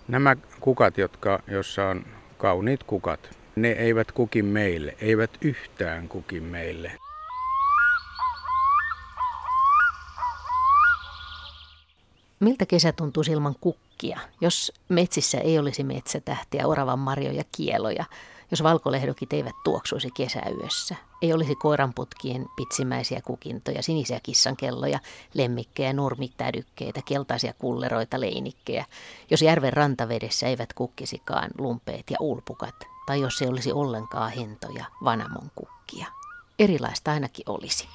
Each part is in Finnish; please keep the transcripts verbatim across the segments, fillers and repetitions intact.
Nämä kukat, jotka, jossa on kauniit kukat, ne eivät kukin meille, eivät yhtään kukin meille. Miltä kesä tuntuu ilman kukkia, jos metsissä ei olisi metsätähtiä, oravan marjoja, kieloja, jos valkolehdokit eivät tuoksuisi kesäyössä, ei olisi koiranputkien pitsimäisiä kukintoja, sinisiä kissankelloja, lemmikkejä, nurmitädykkeitä, keltaisia kulleroita, leinikkejä, jos järven rantavedessä eivät kukkisikaan lumpeet ja ulpukat, tai jos ei olisi ollenkaan hentoja vanamon kukkia. Erilaista ainakin olisi.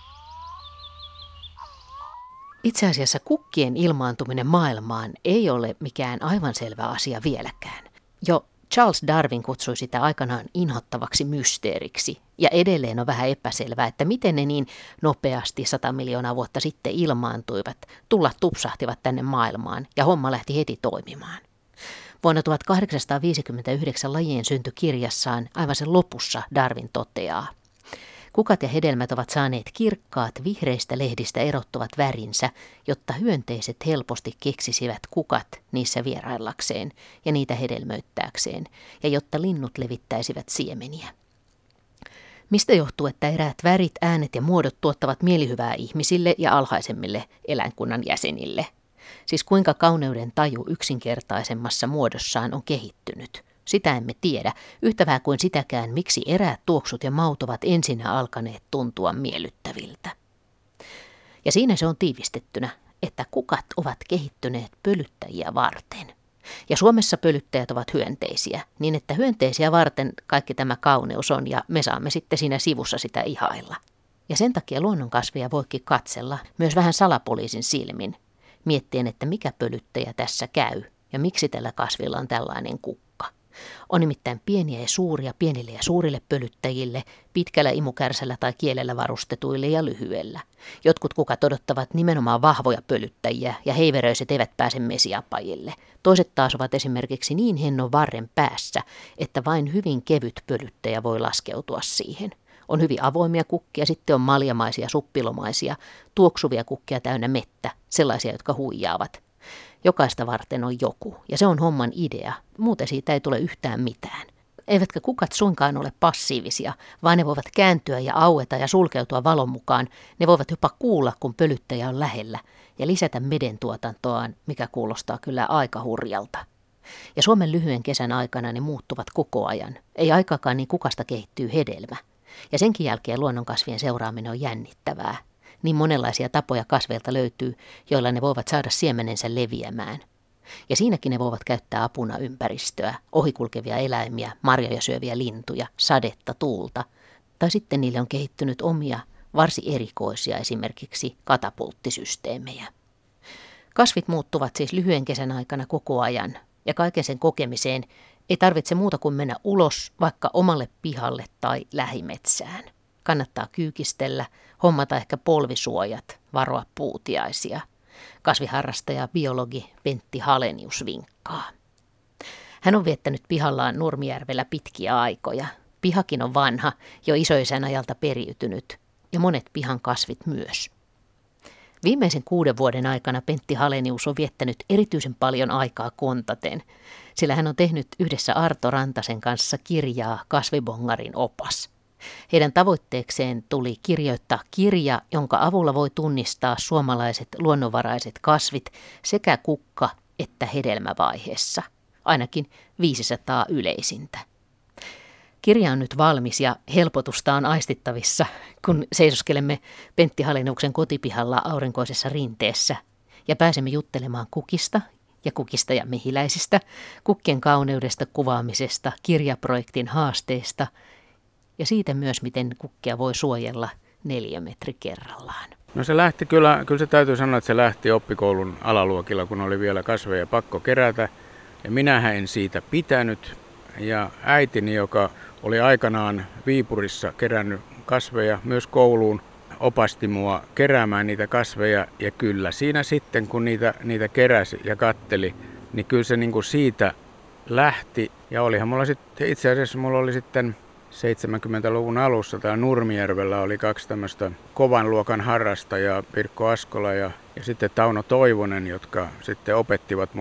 Itse asiassa kukkien ilmaantuminen maailmaan ei ole mikään aivan selvä asia vieläkään. Jo Charles Darwin kutsui sitä aikanaan inhottavaksi mysteeriksi, ja edelleen on vähän epäselvää, että miten ne niin nopeasti sata miljoonaa vuotta sitten ilmaantuivat, tulla tupsahtivat tänne maailmaan, ja homma lähti heti toimimaan. Vuonna tuhatkahdeksansataaviisikymmentäyhdeksän lajien syntykirjassaan aivan sen lopussa Darwin toteaa: kukat ja hedelmät ovat saaneet kirkkaat vihreistä lehdistä erottuvat värinsä, jotta hyönteiset helposti keksisivät kukat niissä vieraillakseen ja niitä hedelmöittääkseen, ja jotta linnut levittäisivät siemeniä. Mistä johtuu, että eräät värit, äänet ja muodot tuottavat mielihyvää ihmisille ja alhaisemmille eläinkunnan jäsenille? Siis kuinka kauneuden taju yksinkertaisemmassa muodossaan on kehittynyt? Sitä emme tiedä, yhtä vähän kuin sitäkään, miksi eräät tuoksut ja maut ovat ensinnä alkaneet tuntua miellyttäviltä. Ja siinä se on tiivistettynä, että kukat ovat kehittyneet pölyttäjiä varten. Ja Suomessa pölyttäjät ovat hyönteisiä, niin että hyönteisiä varten kaikki tämä kauneus on, ja me saamme sitten siinä sivussa sitä ihailla. Ja sen takia luonnonkasveja voikin katsella myös vähän salapoliisin silmin, miettien, että mikä pölyttäjä tässä käy ja miksi tällä kasvilla on tällainen kukka. On nimittäin pieniä ja suuria pienille ja suurille pölyttäjille, pitkällä imukärsällä tai kielellä varustetuille ja lyhyellä. Jotkut kukat odottavat nimenomaan vahvoja pölyttäjiä ja heiveröiset eivät pääse mesiapajille. Toiset taas ovat esimerkiksi niin hennon varren päässä, että vain hyvin kevyt pölyttäjä voi laskeutua siihen. On hyvin avoimia kukkia, sitten on maljamaisia, suppilomaisia, tuoksuvia kukkia täynnä mettä, sellaisia, jotka huijaavat. Jokaista varten on joku, ja se on homman idea. Muuten siitä ei tule yhtään mitään. Eivätkä kukat suinkaan ole passiivisia, vaan ne voivat kääntyä ja aueta ja sulkeutua valon mukaan. Ne voivat jopa kuulla, kun pölyttäjä on lähellä, ja lisätä meden tuotantoaan, mikä kuulostaa kyllä aika hurjalta. Ja Suomen lyhyen kesän aikana ne muuttuvat koko ajan. Ei aikakaan niin kukasta kehittyy hedelmä. Ja senkin jälkeen luonnonkasvien seuraaminen on jännittävää. Niin monenlaisia tapoja kasveilta löytyy, joilla ne voivat saada siemenensä leviämään. Ja siinäkin ne voivat käyttää apuna ympäristöä, ohikulkevia eläimiä, marjoja syöviä lintuja, sadetta, tuulta. Tai sitten niille on kehittynyt omia, varsin erikoisia esimerkiksi katapulttisysteemejä. Kasvit muuttuvat siis lyhyen kesän aikana koko ajan, ja kaiken sen kokemiseen ei tarvitse muuta kuin mennä ulos vaikka omalle pihalle tai lähimetsään. Kannattaa kyykistellä, hommata ehkä polvisuojat, varoa puutiaisia. Kasviharrastaja biologi Pentti Halenius vinkkaa. Hän on viettänyt pihallaan Nurmijärvellä pitkiä aikoja. Pihakin on vanha, jo isoisän ajalta periytynyt, ja monet pihan kasvit myös. Viimeisen kuuden vuoden aikana Pentti Halenius on viettänyt erityisen paljon aikaa kontaten, sillä hän on tehnyt yhdessä Arto Rantasen kanssa kirjaa Kasvibongarin opas. Heidän tavoitteekseen tuli kirjoittaa kirja, jonka avulla voi tunnistaa suomalaiset luonnonvaraiset kasvit sekä kukka- että hedelmävaiheessa, ainakin viisisataa yleisintä. Kirja on nyt valmis ja helpotusta on aistittavissa, kun seisoskelemme Pentti Haleniuksen kotipihalla aurinkoisessa rinteessä ja pääsemme juttelemaan kukista ja kukista ja mehiläisistä, kukkien kauneudesta, kuvaamisesta, kirjaprojektin haasteesta ja siitä myös, miten kukkia voi suojella neljä metri kerrallaan. No se lähti kyllä, kyllä se täytyy sanoa, että se lähti oppikoulun alaluokilla, kun oli vielä kasveja pakko kerätä. Ja minähän en siitä pitänyt. Ja äitini, joka oli aikanaan Viipurissa kerännyt kasveja myös kouluun, opasti mua keräämään niitä kasveja. Ja kyllä siinä sitten, kun niitä, niitä keräsi ja katteli, niin kyllä se niin kuin siitä lähti. Ja olihan mulla sitten, itse asiassa mulla oli sitten seitsemänkymmentäluvun alussa täällä Nurmijärvellä oli kaksi tämmöistä kovan luokan harrastajaa, Pirkko Askola ja, ja sitten Tauno Toivonen, jotka sitten opettivat mulle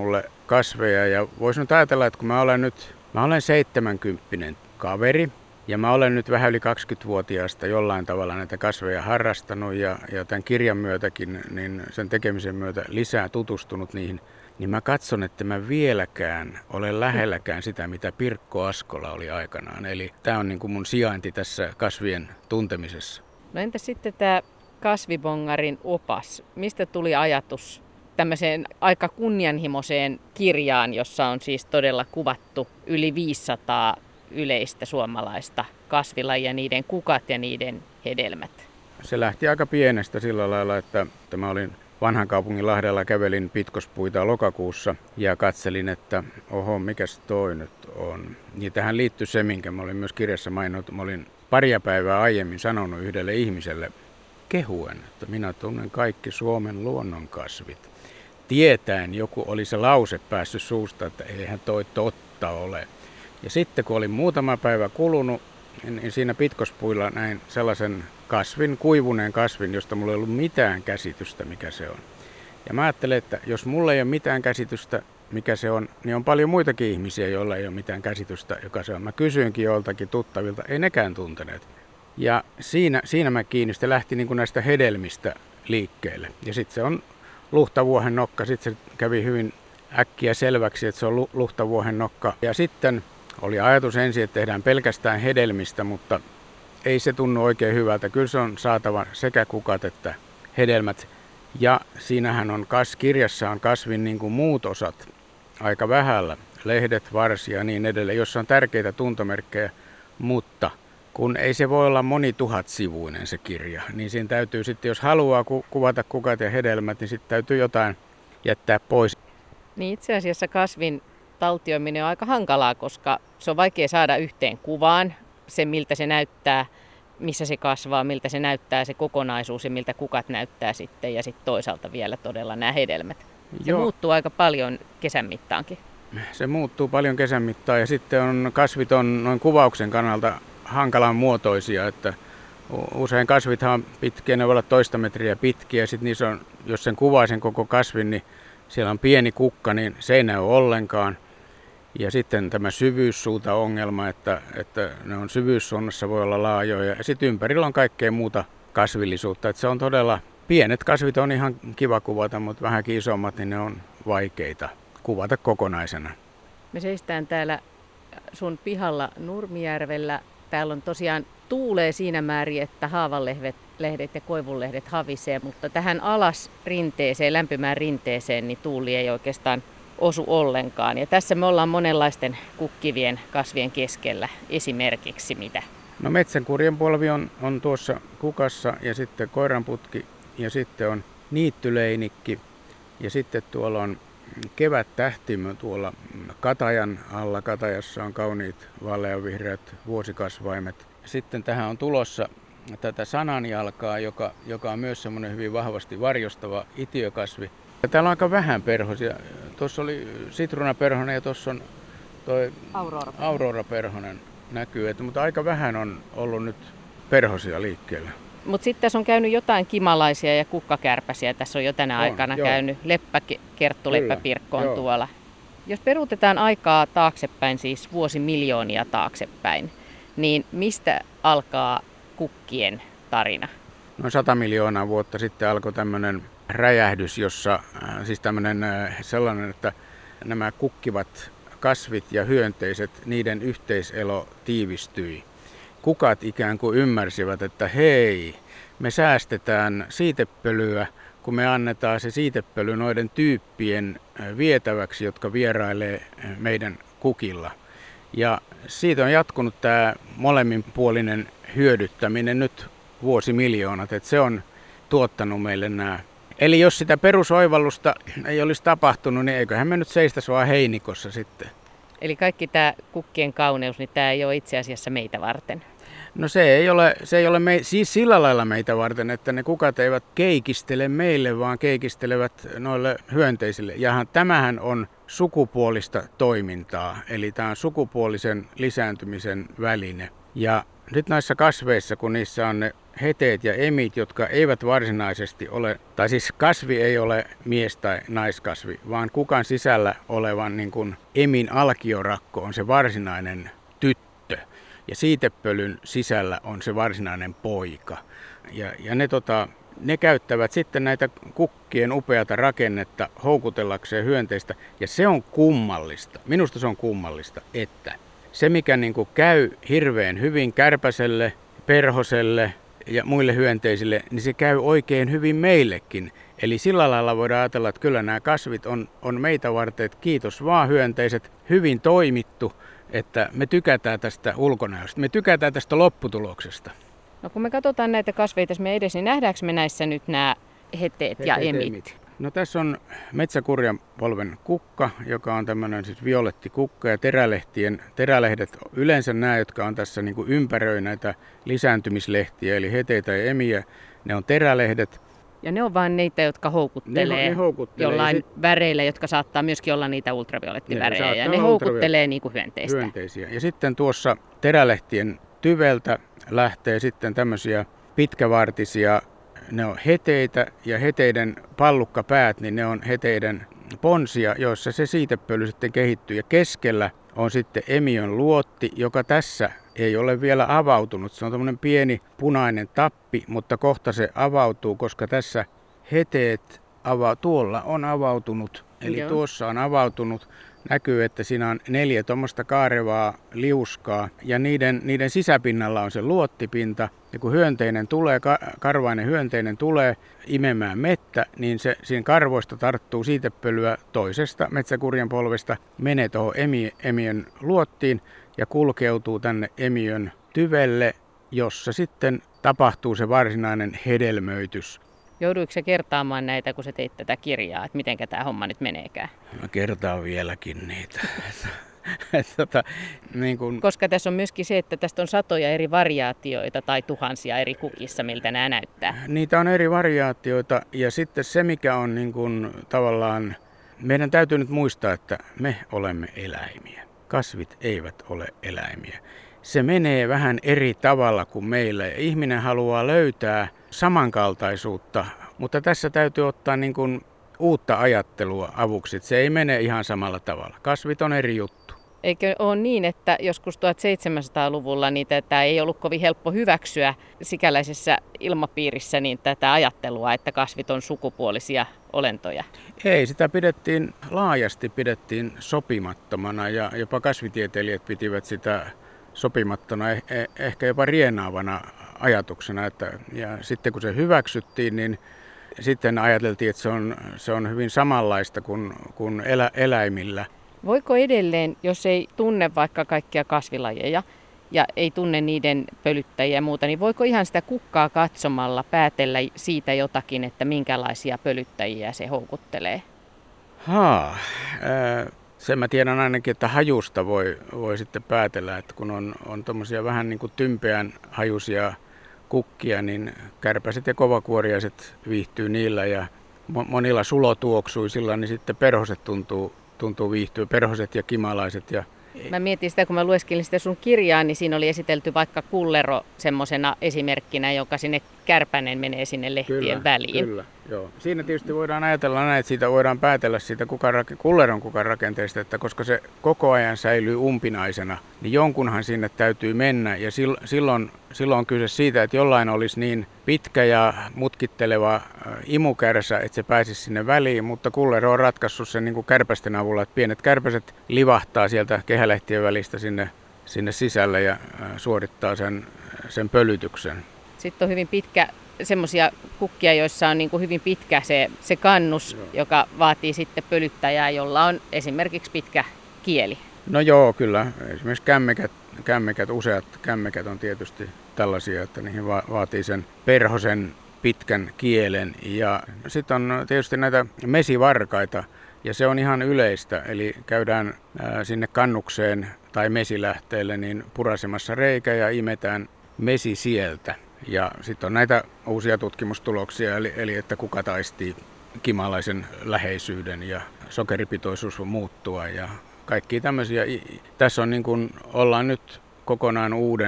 kasveja ja voisi nyt ajatella, että kun mä olen nyt, mä olen seitsemänkymppinen kaveri ja mä olen nyt vähän yli kaksikymmentävuotiaasta jollain tavalla näitä kasveja harrastanut ja, ja tämän kirjan myötäkin, niin sen tekemisen myötä lisää tutustunut niihin, niin mä katson, että mä vieläkään olen lähelläkään sitä, mitä Pirkko Askola oli aikanaan. Eli tämä on niin kuin mun sijainti tässä kasvien tuntemisessa. No entä sitten tämä kasvibongarin opas? Mistä tuli ajatus tämmöiseen aika kunnianhimoiseen kirjaan, jossa on siis todella kuvattu yli viisisataa yleistä suomalaista kasvilajia, niiden kukat ja niiden hedelmät? Se lähti aika pienestä sillä lailla, että mä olin vanhan kaupungin Lahdella, kävelin pitkospuita lokakuussa ja katselin, että oho, mikäs toi nyt on. Ja tähän liittyy se, minkä mä olin myös kirjassa maininnut. Mä olin paria päivää aiemmin sanonut yhdelle ihmiselle kehuen, että minä tunnen kaikki Suomen luonnonkasvit. Tietäen joku oli se lause päässyt suusta, että eihän toi totta ole. Ja sitten kun oli muutama päivä kulunut, niin siinä pitkospuilla näin sellaisen kasvin, kuivuneen kasvin, josta mulla ei ollut mitään käsitystä, mikä se on. Ja mä ajattelen, että jos mulla ei ole mitään käsitystä, mikä se on, niin on paljon muitakin ihmisiä, joilla ei ole mitään käsitystä, joka se on. Mä kysyinkin joiltakin tuttavilta, ei nekään tunteneet. Ja siinä, siinä mä kiinni, sitten lähti niin kuin näistä hedelmistä liikkeelle. Ja sitten se on luhtavuohen nokka, sitten se kävi hyvin äkkiä selväksi, että se on luhtavuohen nokka. Ja sitten oli ajatus ensin, että tehdään pelkästään hedelmistä, mutta ei se tunnu oikein hyvältä. Kyllä se on saatava sekä kukat että hedelmät. Ja siinähän on kas, kirjassa on kasvin niin kuin muut osat aika vähällä. Lehdet, varsi ja niin edelleen, jossa on tärkeitä tuntomerkkejä. Mutta kun ei se voi olla monituhatsivuinen se kirja, niin siinä täytyy sitten, jos haluaa ku- kuvata kukat ja hedelmät, niin sitten täytyy jotain jättää pois. Niin itse asiassa kasvin taltioiminen on aika hankalaa, koska se on vaikea saada yhteen kuvaan se, miltä se näyttää, missä se kasvaa, miltä se näyttää se kokonaisuus ja miltä kukat näyttää sitten ja sitten toisaalta vielä todella nämä hedelmät. Se Joo. muuttuu aika paljon kesän mittaankin. Se muuttuu paljon kesän mittaan ja sitten on kasvit on noin kuvauksen kannalta hankalan muotoisia, että usein kasvithan on pitkiä, ne voi olla toista metriä pitkiä ja sitten niissä on, jos sen kuvaa sen koko kasvin, niin siellä on pieni kukka, niin se ei näy ollenkaan. Ja sitten tämä syvyyssuunta-ongelma, että, että ne on syvyyssuunnassa voi olla laajoja. Ja sitten ympärillä on kaikkea muuta kasvillisuutta. Että se on todella, pienet kasvit on ihan kiva kuvata, mutta vähänkin isommat, niin ne on vaikeita kuvata kokonaisena. Me seistään täällä sun pihalla Nurmijärvellä. Täällä on tosiaan tuulee siinä määrin, että haavanlehdet lehdet ja koivunlehdet havisee, mutta tähän alas rinteeseen, lämpimään rinteeseen, niin tuuli ei oikeastaan osu ollenkaan. Ja tässä me ollaan monenlaisten kukkivien kasvien keskellä esimerkiksi mitä? No metsänkurjen polvi on, on tuossa kukassa ja sitten koiranputki ja sitten on niittyleinikki ja sitten tuolla on kevättähtimö tuolla katajan alla. Katajassa on kauniit vaaleanvihreät vuosikasvaimet. Sitten tähän on tulossa tätä sananjalkaa, joka, joka on myös semmoinen hyvin vahvasti varjostava itiökasvi. Ja täällä on aika vähän perhosia. Tuossa oli sitruunaperhonen ja tuossa on toi auroraperhonen näkyy, että, mutta aika vähän on ollut nyt perhosia liikkeellä. Mutta sitten tässä on käynyt jotain kimalaisia ja kukkakärpäsiä. Tässä on jo tänä on, aikana joo. käynyt leppä, kerttuleppäpirkko on tuolla. Jos peruutetaan aikaa taaksepäin, siis vuosimiljoonia taaksepäin, niin mistä alkaa kukkien tarina? Noin sata miljoonaa vuotta sitten alkoi tämmöinen räjähdys, jossa siis tämmöinen sellainen, että nämä kukkivat kasvit ja hyönteiset, niiden yhteiselo tiivistyi. Kukat ikään kuin ymmärsivät, että hei, me säästetään siitepölyä, kun me annetaan se siitepöly noiden tyyppien vietäväksi, jotka vierailee meidän kukilla. Ja siitä on jatkunut tämä molemminpuolinen hyödyttäminen nyt vuosimiljoonat, että se on tuottanut meille nämä. Eli jos sitä perusoivallusta ei olisi tapahtunut, niin eiköhän me nyt seistäisi vaan heinikossa sitten. Eli kaikki tämä kukkien kauneus, niin tämä ei ole itse asiassa meitä varten? No se ei ole, se ei ole me, siis sillä lailla meitä varten, että ne kukat eivät keikistele meille, vaan keikistelevät noille hyönteisille. Ja tämähän on sukupuolista toimintaa, eli tämä on sukupuolisen lisääntymisen väline. Ja nyt näissä kasveissa, kun niissä on ne heteet ja emit, jotka eivät varsinaisesti ole, tai siis kasvi ei ole mies- tai naiskasvi, vaan kukan sisällä olevan niin kuin emin alkiorakko on se varsinainen tyttö. Ja siitepölyn sisällä on se varsinainen poika. Ja, ja ne, tota, ne käyttävät sitten näitä kukkien upeata rakennetta houkutellakseen hyönteistä. Ja se on kummallista. Minusta se on kummallista, että se mikä niin kuin käy hirveän hyvin kärpäselle, perhoselle ja muille hyönteisille, niin se käy oikein hyvin meillekin. Eli sillä lailla voidaan ajatella, että kyllä nämä kasvit on, on meitä varten, että kiitos vaan hyönteiset, hyvin toimittu, että me tykätään tästä ulkonäöstä, me tykätään tästä lopputuloksesta. No kun me katsotaan näitä kasveja tässä meidän edessä, niin nähdäänkö me näissä nyt nämä heteet ja Heteet, emit? emit. No tässä on metsäkurjanpolven kukka, joka on tämmöinen siis violetti kukka ja terälehtien, terälehdet yleensä nämä, jotka on tässä niin kuin ympäröi näitä lisääntymislehtiä, eli heteitä ja emiä, ne on terälehdet. Ja ne on vain niitä, jotka houkuttelee, Ne, ne houkuttelee jollain sit, väreillä, jotka saattaa myöskin olla niitä ultraviolettivärejä. Ne Ja ne houkuttelee niin kuin hyönteistä. hyönteisiä. Ja sitten tuossa terälehtien tyveltä lähtee sitten tämmöisiä pitkävartisia, ne on heteitä ja heteiden pallukkapäät, niin ne on heteiden ponsia, joissa se siitepöly sitten kehittyy. Ja keskellä on sitten emiön luotti, joka tässä ei ole vielä avautunut. Se on tämmöinen pieni punainen tappi, mutta kohta se avautuu, koska tässä heteet ava- tuolla on avautunut. Eli Joo. tuossa on avautunut. Näkyy, että siinä on neljä tuommoista kaarevaa liuskaa ja niiden, niiden sisäpinnalla on se luottipinta. Ja kun hyönteinen tulee, karvainen hyönteinen tulee imemään mettä, niin se siinä karvoista tarttuu siitepölyä toisesta metsäkurjan polvesta, menee tuohon emi, emiön luottiin ja kulkeutuu tänne emiön tyvelle, jossa sitten tapahtuu se varsinainen hedelmöitys. Jouduiko se kertaamaan näitä, kun sä teit tätä kirjaa, että miten tämä homma nyt meneekään? Mä kertaan vieläkin niitä. tota, niin kun... Koska tässä on myöskin se, että tästä on satoja eri variaatioita tai tuhansia eri kukissa, miltä nämä näyttää. Niitä on eri variaatioita ja sitten se, mikä on niin kun, tavallaan, meidän täytyy nyt muistaa, että me olemme eläimiä. Kasvit eivät ole eläimiä. Se menee vähän eri tavalla kuin meillä ja ihminen haluaa löytää samankaltaisuutta, mutta tässä täytyy ottaa niin kuin uutta ajattelua avuksi. Se ei mene ihan samalla tavalla. Kasvit on eri juttu. Eikö ole niin, että joskus tuhatseitsemänsataaluvulla niin tätä ei ollut kovin helppo hyväksyä sikäläisessä ilmapiirissä niin tätä ajattelua, että kasvit on sukupuolisia olentoja? Ei, sitä pidettiin laajasti pidettiin sopimattomana ja jopa kasvitieteilijät pitivät sitä sopimattona, eh- ehkä jopa rienaavana ajatuksena. Että, ja sitten kun se hyväksyttiin, niin sitten ajateltiin, että se on, se on hyvin samanlaista kuin, kuin elä, eläimillä. Voiko edelleen, jos ei tunne vaikka kaikkia kasvilajeja ja ei tunne niiden pölyttäjiä ja muuta, niin voiko ihan sitä kukkaa katsomalla päätellä siitä jotakin, että minkälaisia pölyttäjiä se houkuttelee? Haa, ää, sen mä tiedän ainakin, että hajusta voi, voi sitten päätellä, että kun on, on tommosia vähän niin kuin tympeän hajuisia kukkia, niin kärpäset ja kovakuoriaiset viihtyy niillä ja monilla sulotuoksuisilla, niin sitten perhoset tuntuu, tuntuu viihtyä, perhoset ja kimalaiset. Ja Mä mietin sitä, kun mä lueskelin sitä sun kirjaa, niin siinä oli esitelty vaikka kullero semmoisena esimerkkinä, joka sinne kärpänen menee sinne lehtien kyllä, väliin. Kyllä, joo. Siinä tietysti voidaan ajatella näin, että siitä voidaan päätellä siitä kukan, kulleron kukan rakenteesta, että koska se koko ajan säilyy umpinaisena, niin jonkunhan sinne täytyy mennä. Ja silloin, silloin on kyse siitä, että jollain olisi niin pitkä ja mutkitteleva imukärsä, että se pääsisi sinne väliin, mutta kullero on ratkaissut sen niin kuin kärpästen avulla, että pienet kärpäset livahtaa sieltä kehälehtien välistä sinne, sinne sisälle ja suorittaa sen, sen pölytyksen. Sitten on hyvin pitkä, semmoisia kukkia, joissa on niin kuin hyvin pitkä se, se kannus, joo, joka vaatii sitten pölyttäjää, jolla on esimerkiksi pitkä kieli. No joo, kyllä. Esimerkiksi kämmekät, kämmekät, useat kämmekät on tietysti tällaisia, että niihin va- vaatii sen perhosen pitkän kielen. Ja sitten on tietysti näitä mesivarkaita, ja se on ihan yleistä, eli käydään ää, sinne kannukseen tai mesilähteelle niin purasemassa reikä ja imetään mesi sieltä. Ja sitten on näitä uusia tutkimustuloksia, eli, eli että kuka taistii kimalaisen läheisyyden ja sokeripitoisuus voi muuttua ja kaikki tämmöisiä. Tässä on niin kuin, ollaan nyt kokonaan uuden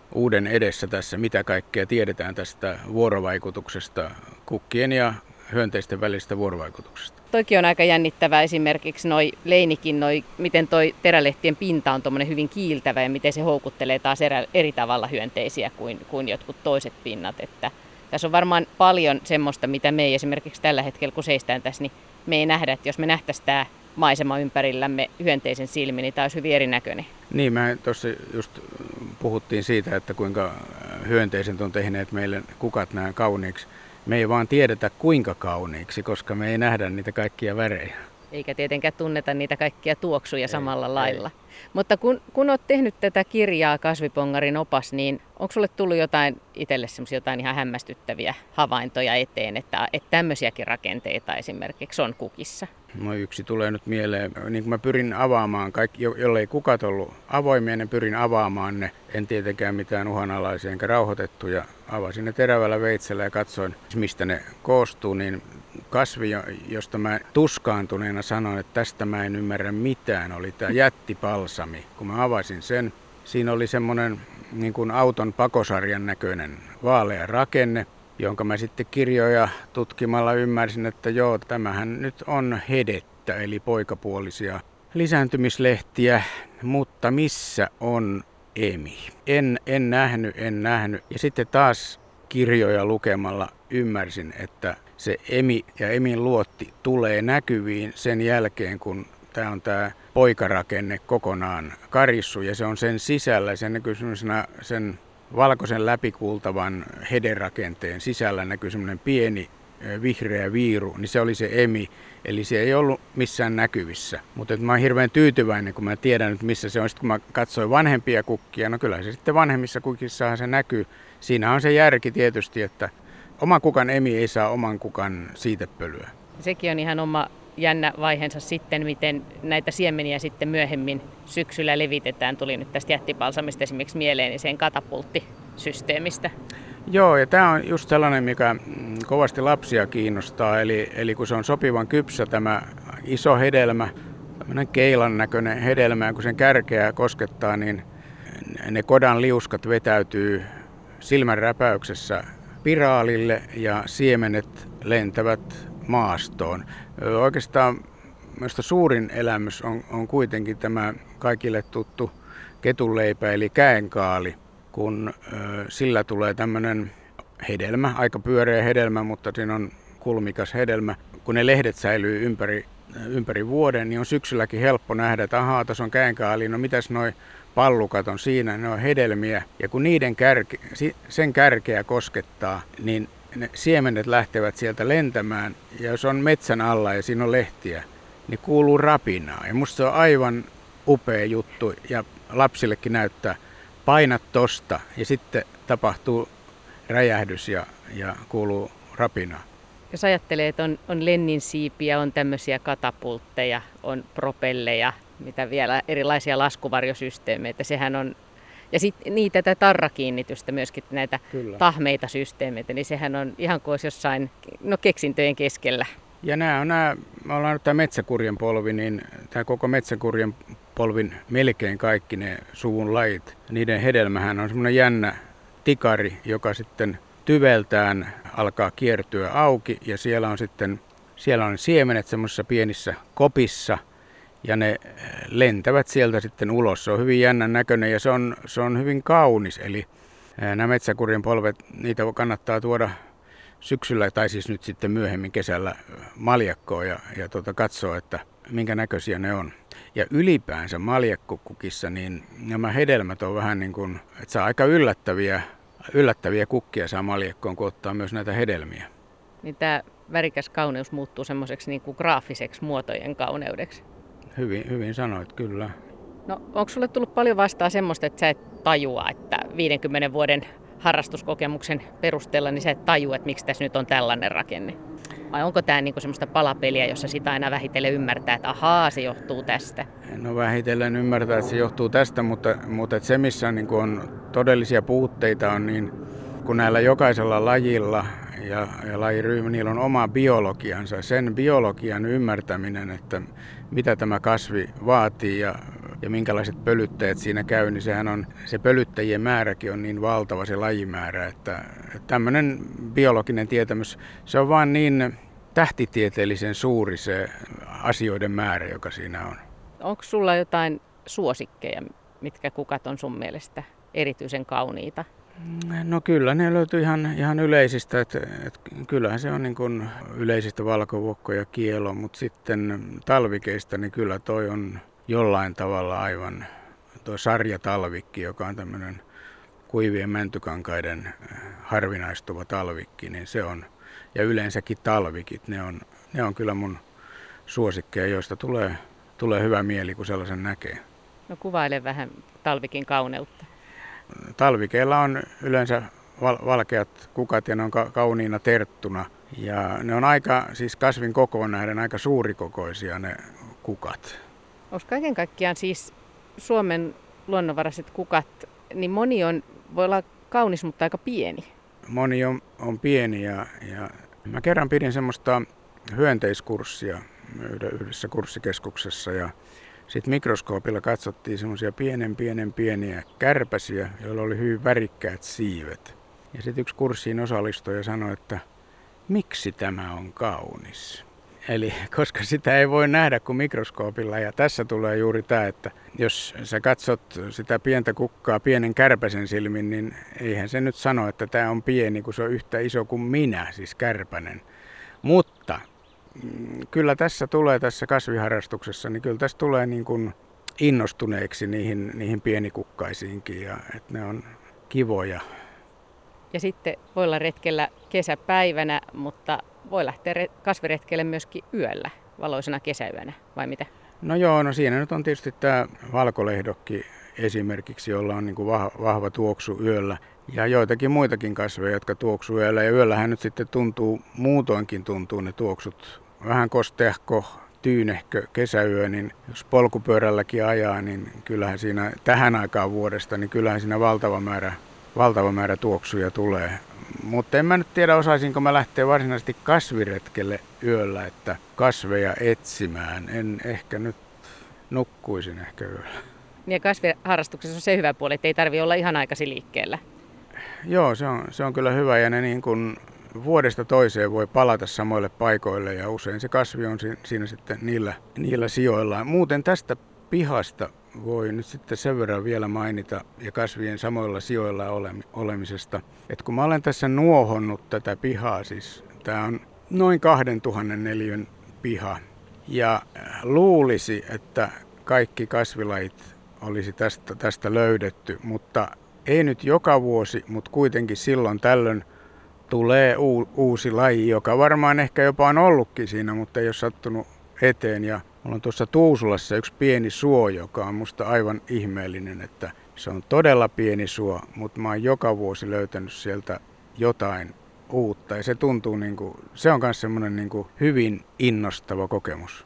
uuden edessä tässä, mitä kaikkea tiedetään tästä vuorovaikutuksesta, kukkien ja hyönteisten välisestä vuorovaikutuksesta. Toikin on aika jännittävää esimerkiksi noi leinikin, noi, miten toi terälehtien pinta on tuommoinen hyvin kiiltävä ja miten se houkuttelee taas erä, eri tavalla hyönteisiä kuin, kuin jotkut toiset pinnat. Että tässä on varmaan paljon semmoista, mitä me ei esimerkiksi tällä hetkellä, kun seistään tässä, niin me ei nähdä, että jos me nähtäisiin tämä maisema ympärillämme hyönteisen silmin, niin tämä olisi hyvin erinäköinen. Niin, mä tuossa just puhuttiin siitä, että kuinka hyönteiset on tehneet meille kukat nämä kauniiksi. Me ei vaan tiedetä kuinka kauniiksi, koska me ei nähdä niitä kaikkia värejä. Eikä tietenkään tunneta niitä kaikkia tuoksuja ei, samalla lailla. Ei. Mutta kun, kun olet tehnyt tätä kirjaa Kasvipongarin opas, niin onko sulle tullut jotain itselle semmoisia jotain ihan hämmästyttäviä havaintoja eteen, että, että tämmöisiäkin rakenteita esimerkiksi on kukissa? No yksi tulee nyt mieleen, niin kuin mä pyrin avaamaan, kaikki, jollei kukat ollut avoimia, niin pyrin avaamaan ne. En tietenkään mitään uhanalaisia enkä rauhoitettuja. Avasin ne terävällä veitsellä ja katsoin, mistä ne koostuu, niin kasvi, josta mä tuskaantuneena sanoin, että tästä mä en ymmärrä mitään, oli tämä jättipalsami. Kun mä avasin sen, siinä oli semmoinen niin kuin auton pakosarjan näköinen vaalea rakenne, jonka mä sitten kirjoja tutkimalla ymmärsin, että joo, tämähän nyt on hedettä, eli poikapuolisia lisääntymislehtiä, mutta missä on emi? En, en nähnyt, en nähnyt. Ja sitten taas kirjoja lukemalla ymmärsin, että se emi ja emin luotti tulee näkyviin sen jälkeen, kun tämä on tämä poikarakenne kokonaan karissu ja se on sen sisällä, sen näkyy sen valkoisen läpikuultavan hederakenteen sisällä näkyy semmoinen pieni vihreä viiru, niin se oli se emi. Eli se ei ollut missään näkyvissä. Mutta mä oon hirveän tyytyväinen, kun mä tiedän nyt missä se on. Sitten kun mä katsoin vanhempia kukkia, no kyllä se sitten vanhemmissa kukissahan se näkyy. Siinä on se järki tietysti, että oma kukan emi ei saa oman kukan siitepölyä. Sekin on ihan oma jännä vaiheensa sitten, miten näitä siemeniä sitten myöhemmin syksyllä levitetään. Tuli nyt tästä jättipalsamista esimerkiksi mieleen, niin sen katapulttisysteemistä. Joo, ja tämä on just sellainen, mikä kovasti lapsia kiinnostaa. Eli, eli kun se on sopivan kypsä tämä iso hedelmä, tämmöinen keilan näköinen hedelmä, ja kun sen kärkeä koskettaa, niin ne kodan liuskat vetäytyy silmän räpäyksessä spiraalille ja siemenet lentävät maastoon. Oikeastaan minusta suurin elämys on, on kuitenkin tämä kaikille tuttu ketunleipä eli käenkaali, kun ö, sillä tulee tämmöinen hedelmä, aika pyöreä hedelmä, mutta siinä on kulmikas hedelmä. Kun ne lehdet säilyy ympäri, ympäri vuoden, niin on syksylläkin helppo nähdä, että ahaa, tässä on käenkaali, no mitäs noi pallukat on siinä, ne on hedelmiä. Ja kun niiden kärke, sen kärkeä koskettaa, niin ne siemenet lähtevät sieltä lentämään. Ja jos on metsän alla ja siinä on lehtiä, niin kuuluu rapinaa. Ja musta se on aivan upea juttu ja lapsillekin näyttää, painat tosta ja sitten tapahtuu räjähdys ja, ja kuuluu rapinaa. Jos ajattelee, että on, on lenninsiipiä, on tämmöisiä katapultteja, on propelleja, mitä vielä erilaisia laskuvarjosysteemeitä, sehän on, ja sitten niitä tätä tarrakiinnitystä myöskin näitä Kyllä. tahmeita systeemeitä, niin sehän on ihan kuin olisi jossain no, keksintöjen keskellä. Ja nämä on nämä, me ollaan nyt tämä metsäkurjen polvi, niin tämä koko metsäkurjen polvin melkein kaikki ne suvun lajit, niiden hedelmähän on semmoinen jännä tikari, joka sitten tyveltään alkaa kiertyä auki ja siellä on sitten siellä on siemenet semmoisissa pienissä kopissa ja ne lentävät sieltä sitten ulos. Se on hyvin jännän näköinen ja se on, se on hyvin kaunis. Eli nämä metsäkurjen polvet, niitä kannattaa tuoda syksyllä tai siis nyt sitten myöhemmin kesällä maljakkoon ja, ja tuota, katsoa, että minkä näköisiä ne on. Ja ylipäänsä maljakkokukissa, niin nämä hedelmät on vähän niin kuin, että saa aika yllättäviä, yllättäviä kukkia saa maljakkoon, kun ottaa myös näitä hedelmiä. Niin tämä värikäs kauneus muuttuu semmoiseksi niin kuin graafiseksi muotojen kauneudeksi. Hyvin, hyvin sanoit, kyllä. No onko sulle tullut paljon vastaan semmoista, että sä et tajua, että viidenkymmenen vuoden harrastuskokemuksen perusteella, niin sä et tajua, että miksi tässä nyt on tällainen rakenne? Vai onko tämä niinku semmoista palapeliä, jossa sitä aina vähitellen ymmärtää, että ahaa, se johtuu tästä? No vähitellen ymmärtää, että se johtuu tästä, mutta, mutta se missä niin on todellisia puutteita on niin, kun näillä jokaisella lajilla ja, ja lajiryhmä, niillä on oma biologiansa. Sen biologian ymmärtäminen, että mitä tämä kasvi vaatii ja ja minkälaiset pölyttäjät siinä käy, niin sehän on, se pölyttäjien määräkin on niin valtava se lajimäärä, että tämmöinen biologinen tietämys, se on vaan niin tähtitieteellisen suuri se asioiden määrä, joka siinä on. Onko sulla jotain suosikkeja, mitkä kukat on sun mielestä erityisen kauniita? No kyllä, ne löytyy ihan, ihan yleisistä, että, että kyllähän se on niin kuin yleisistä valkovuokko ja kielo, mutta sitten talvikeista, niin kyllä toi on jollain tavalla aivan tuo sarjatalvikki, joka on tämmöinen kuivien mäntykankaiden harvinaistuva talvikki, niin se on, ja yleensäkin talvikit, ne on, ne on kyllä mun suosikkeja, joista tulee, tulee hyvä mieli, kun sellaisen näkee. No kuvaile vähän talvikin kauneutta. Talvikeilla on yleensä val- valkeat kukat ja ne on ka- kauniina terttuna. Ja ne on aika, siis kasvin kokoon nähden aika suurikokoisia ne kukat. Onko kaiken kaikkiaan siis Suomen luonnonvaraiset kukat, niin moni on, voi olla kaunis, mutta aika pieni? Moni on, on pieni ja, ja mä kerran pidin semmoista hyönteiskurssia yhdessä kurssikeskuksessa ja sitten mikroskoopilla katsottiin semmoisia pienen pienen pieniä kärpäsiä, joilla oli hyvin värikkäät siivet. Ja sitten yksi kurssiin osallistuja sanoi, että miksi tämä on kaunis? Eli koska sitä ei voi nähdä kuin mikroskoopilla ja tässä tulee juuri tämä, että jos sä katsot sitä pientä kukkaa pienen kärpäsen silmin, niin eihän se nyt sano, että tämä on pieni, kun se on yhtä iso kuin minä, siis kärpänen. Mutta kyllä tässä tulee tässä kasviharrastuksessa, niin kyllä tässä tulee niin kuin innostuneeksi niihin, niihin pienikukkaisiinkin ja että ne on kivoja. Ja sitten voi olla retkellä kesäpäivänä, mutta voi lähteä kasviretkelle myöskin yöllä, valoisena kesäyönä, vai mitä? No joo, no siinä nyt on tietysti tämä valkolehdokki esimerkiksi, jolla on niin kuin vahva tuoksu yöllä. Ja joitakin muitakin kasveja, jotka tuoksuu yöllä. Ja yöllähän nyt sitten tuntuu, muutoinkin tuntuu ne tuoksut. Vähän kosteahko, tyynehkö kesäyö, niin jos polkupyörälläkin ajaa, niin kyllähän siinä tähän aikaan vuodesta, niin kyllähän siinä valtava määrä, valtava määrä tuoksuja tulee. Mutta en mä nyt tiedä, osaisinko mä lähteä varsinaisesti kasviretkelle yöllä, että kasveja etsimään. En ehkä nyt nukkuisin ehkä yöllä. Ja kasviharrastuksessa on se hyvä puoli, että ei tarvitse olla ihan aikaisin liikkeellä. Joo, se on, se on kyllä hyvä ja ne niin kuin vuodesta toiseen voi palata samoille paikoille ja usein se kasvi on siinä sitten niillä, niillä sijoillaan. Muuten tästä pihasta voi nyt sitten sen verran vielä mainita ja kasvien samoilla sijoilla olemisesta, että kun mä olen tässä nuohonnut tätä pihaa, siis tämä on noin kahdentuhannen neliön piha ja luulisi, että kaikki kasvilajit olisi tästä, tästä löydetty, mutta ei nyt joka vuosi, mutta kuitenkin silloin tällöin tulee uu, uusi laji, joka varmaan ehkä jopa on ollutkin siinä, mutta ei ole sattunut eteen. Ja mulla on tuossa Tuusulassa yksi pieni suo, joka on musta aivan ihmeellinen, että se on todella pieni suo, mutta mä oon joka vuosi löytänyt sieltä jotain uutta. Ja se tuntuu, niin kuin, se on myös semmoinen niin kuin hyvin innostava kokemus.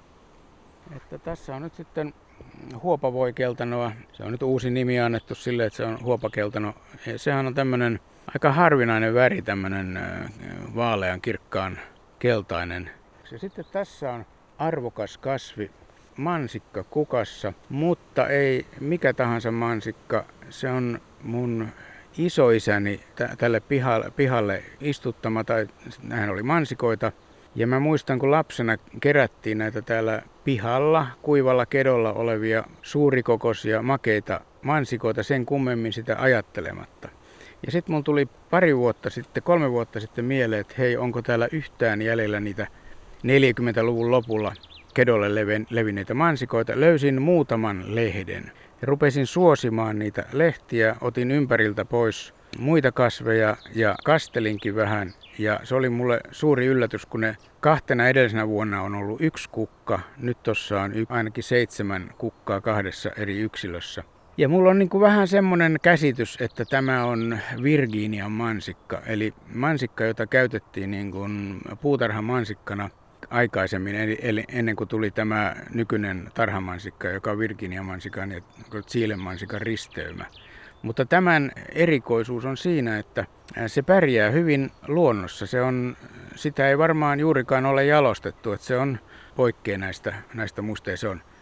Että tässä on nyt sitten huopavoikeltanoa. Se on nyt uusi nimi annettu sille, että se on huopakeltano. Ja sehän on tämmöinen aika harvinainen väri, tämmöinen vaalean kirkkaan keltainen. Ja sitten tässä on arvokas kasvi, mansikka kukassa, mutta ei mikä tahansa mansikka. Se on mun isoisäni t- tälle pihalle, pihalle istuttama, tai nämähän oli mansikoita. Ja mä muistan, kun lapsena kerättiin näitä täällä pihalla, kuivalla kedolla olevia suurikokoisia makeita mansikoita sen kummemmin sitä ajattelematta. Ja sitten mulla tuli pari vuotta sitten, kolme vuotta sitten mieleen, että hei, onko täällä yhtään jäljellä niitä neljäkymmentäluvun lopulla kedolle levinneitä mansikoita. Löysin muutaman lehden ja rupesin suosimaan niitä lehtiä, otin ympäriltä pois muita kasveja ja kastelinkin vähän. Ja se oli mulle suuri yllätys, kun ne kahtena edellisenä vuonna on ollut yksi kukka. Nyt tossa on y- ainakin seitsemän kukkaa kahdessa eri yksilössä. Ja mulla on niin kuin vähän semmoinen käsitys, että tämä on Virginian mansikka. Eli mansikka, jota käytettiin niin kuin puutarhan mansikkana aikaisemmin, eli, eli ennen kuin tuli tämä nykyinen tarhamansikka, joka on Virginian mansikan ja Chilen mansikan risteymä. Mutta tämän erikoisuus on siinä, että se pärjää hyvin luonnossa. Se on, sitä ei varmaan juurikaan ole jalostettu, että se on poikkea näistä, näistä muista. Se on,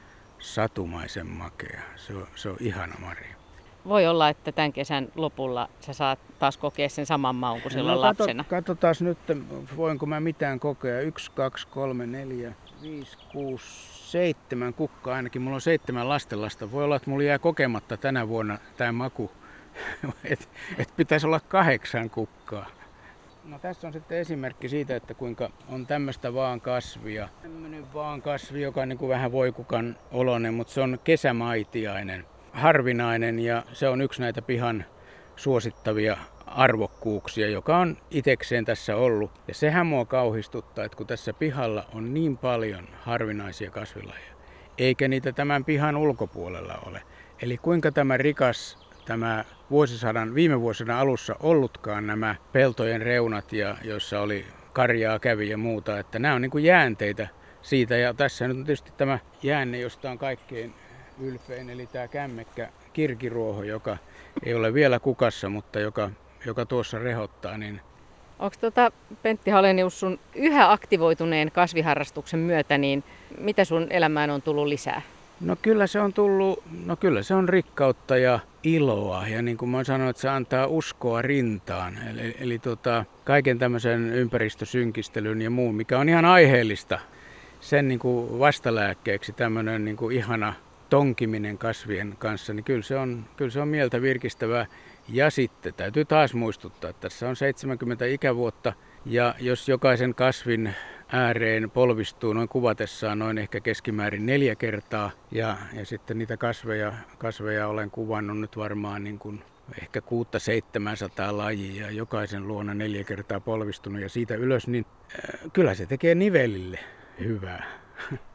satumaisen makea. Se on, se on ihana marja. Voi olla, että tämän kesän lopulla sä saat taas kokea sen saman maun kuin silloin no, kato, lapsena. Katsotaan nyt, voinko mä mitään kokea. Yksi, kaksi, kolme, neljä, viisi, kuusi, seitsemän kukkaa ainakin. Mulla on seitsemän lastenlasta. Voi olla, että mulla jää kokematta tänä vuonna tämä maku. että et pitäisi olla kahdeksan kukkaa. No, tässä on sitten esimerkki siitä, että kuinka on tämmöistä vaan kasvia. Tämmöinen vaan kasvi, joka on niin kuin vähän voikukan oloinen, mutta se on kesämaitiainen. Harvinainen ja se on yksi näitä pihan suosittavia arvokkuuksia, joka on itekseen tässä ollut. Ja sehän mua kauhistuttaa, että kun tässä pihalla on niin paljon harvinaisia kasvilajeja, eikä niitä tämän pihan ulkopuolella ole. Eli kuinka tämä rikas, tämä vuosisadan, viime vuosina alussa ollutkaan nämä peltojen reunat, ja joissa oli karjaa, kävi ja muuta, että nämä on niin kuin jäänteitä siitä. Ja tässä nyt on tietysti tämä jäänne, josta on kaikkein ylpein, eli tämä kämmekkä kirkiruoho, joka ei ole vielä kukassa, mutta joka, joka tuossa rehottaa. Niin... Onko tuota, Pentti Halenius, sun yhä aktivoituneen kasviharrastuksen myötä, niin mitä sun elämään on tullut lisää? No kyllä se on tullut, no kyllä se on rikkautta ja iloa, ja niin kuin mä sanoin, että se antaa uskoa rintaan. Eli, eli tota, kaiken tämmöisen ympäristösynkistelyn ja muun, mikä on ihan aiheellista, sen niin kuin vastalääkkeeksi tämmöinen niin kuin ihana tonkiminen kasvien kanssa, niin kyllä se on, kyllä se on mieltä virkistävää. Ja sitten täytyy taas muistuttaa, että tässä on seitsemänkymmentä ikävuotta, ja jos jokaisen kasvin ääreen polvistuu noin kuvatessaan noin ehkä keskimäärin neljä kertaa, ja, ja sitten niitä kasveja, kasveja olen kuvannut nyt varmaan niin kuin ehkä kuutta seitsemänsataa lajia, ja jokaisen luona neljä kertaa polvistunut ja siitä ylös, niin äh, kyllä se tekee nivelille hyvää.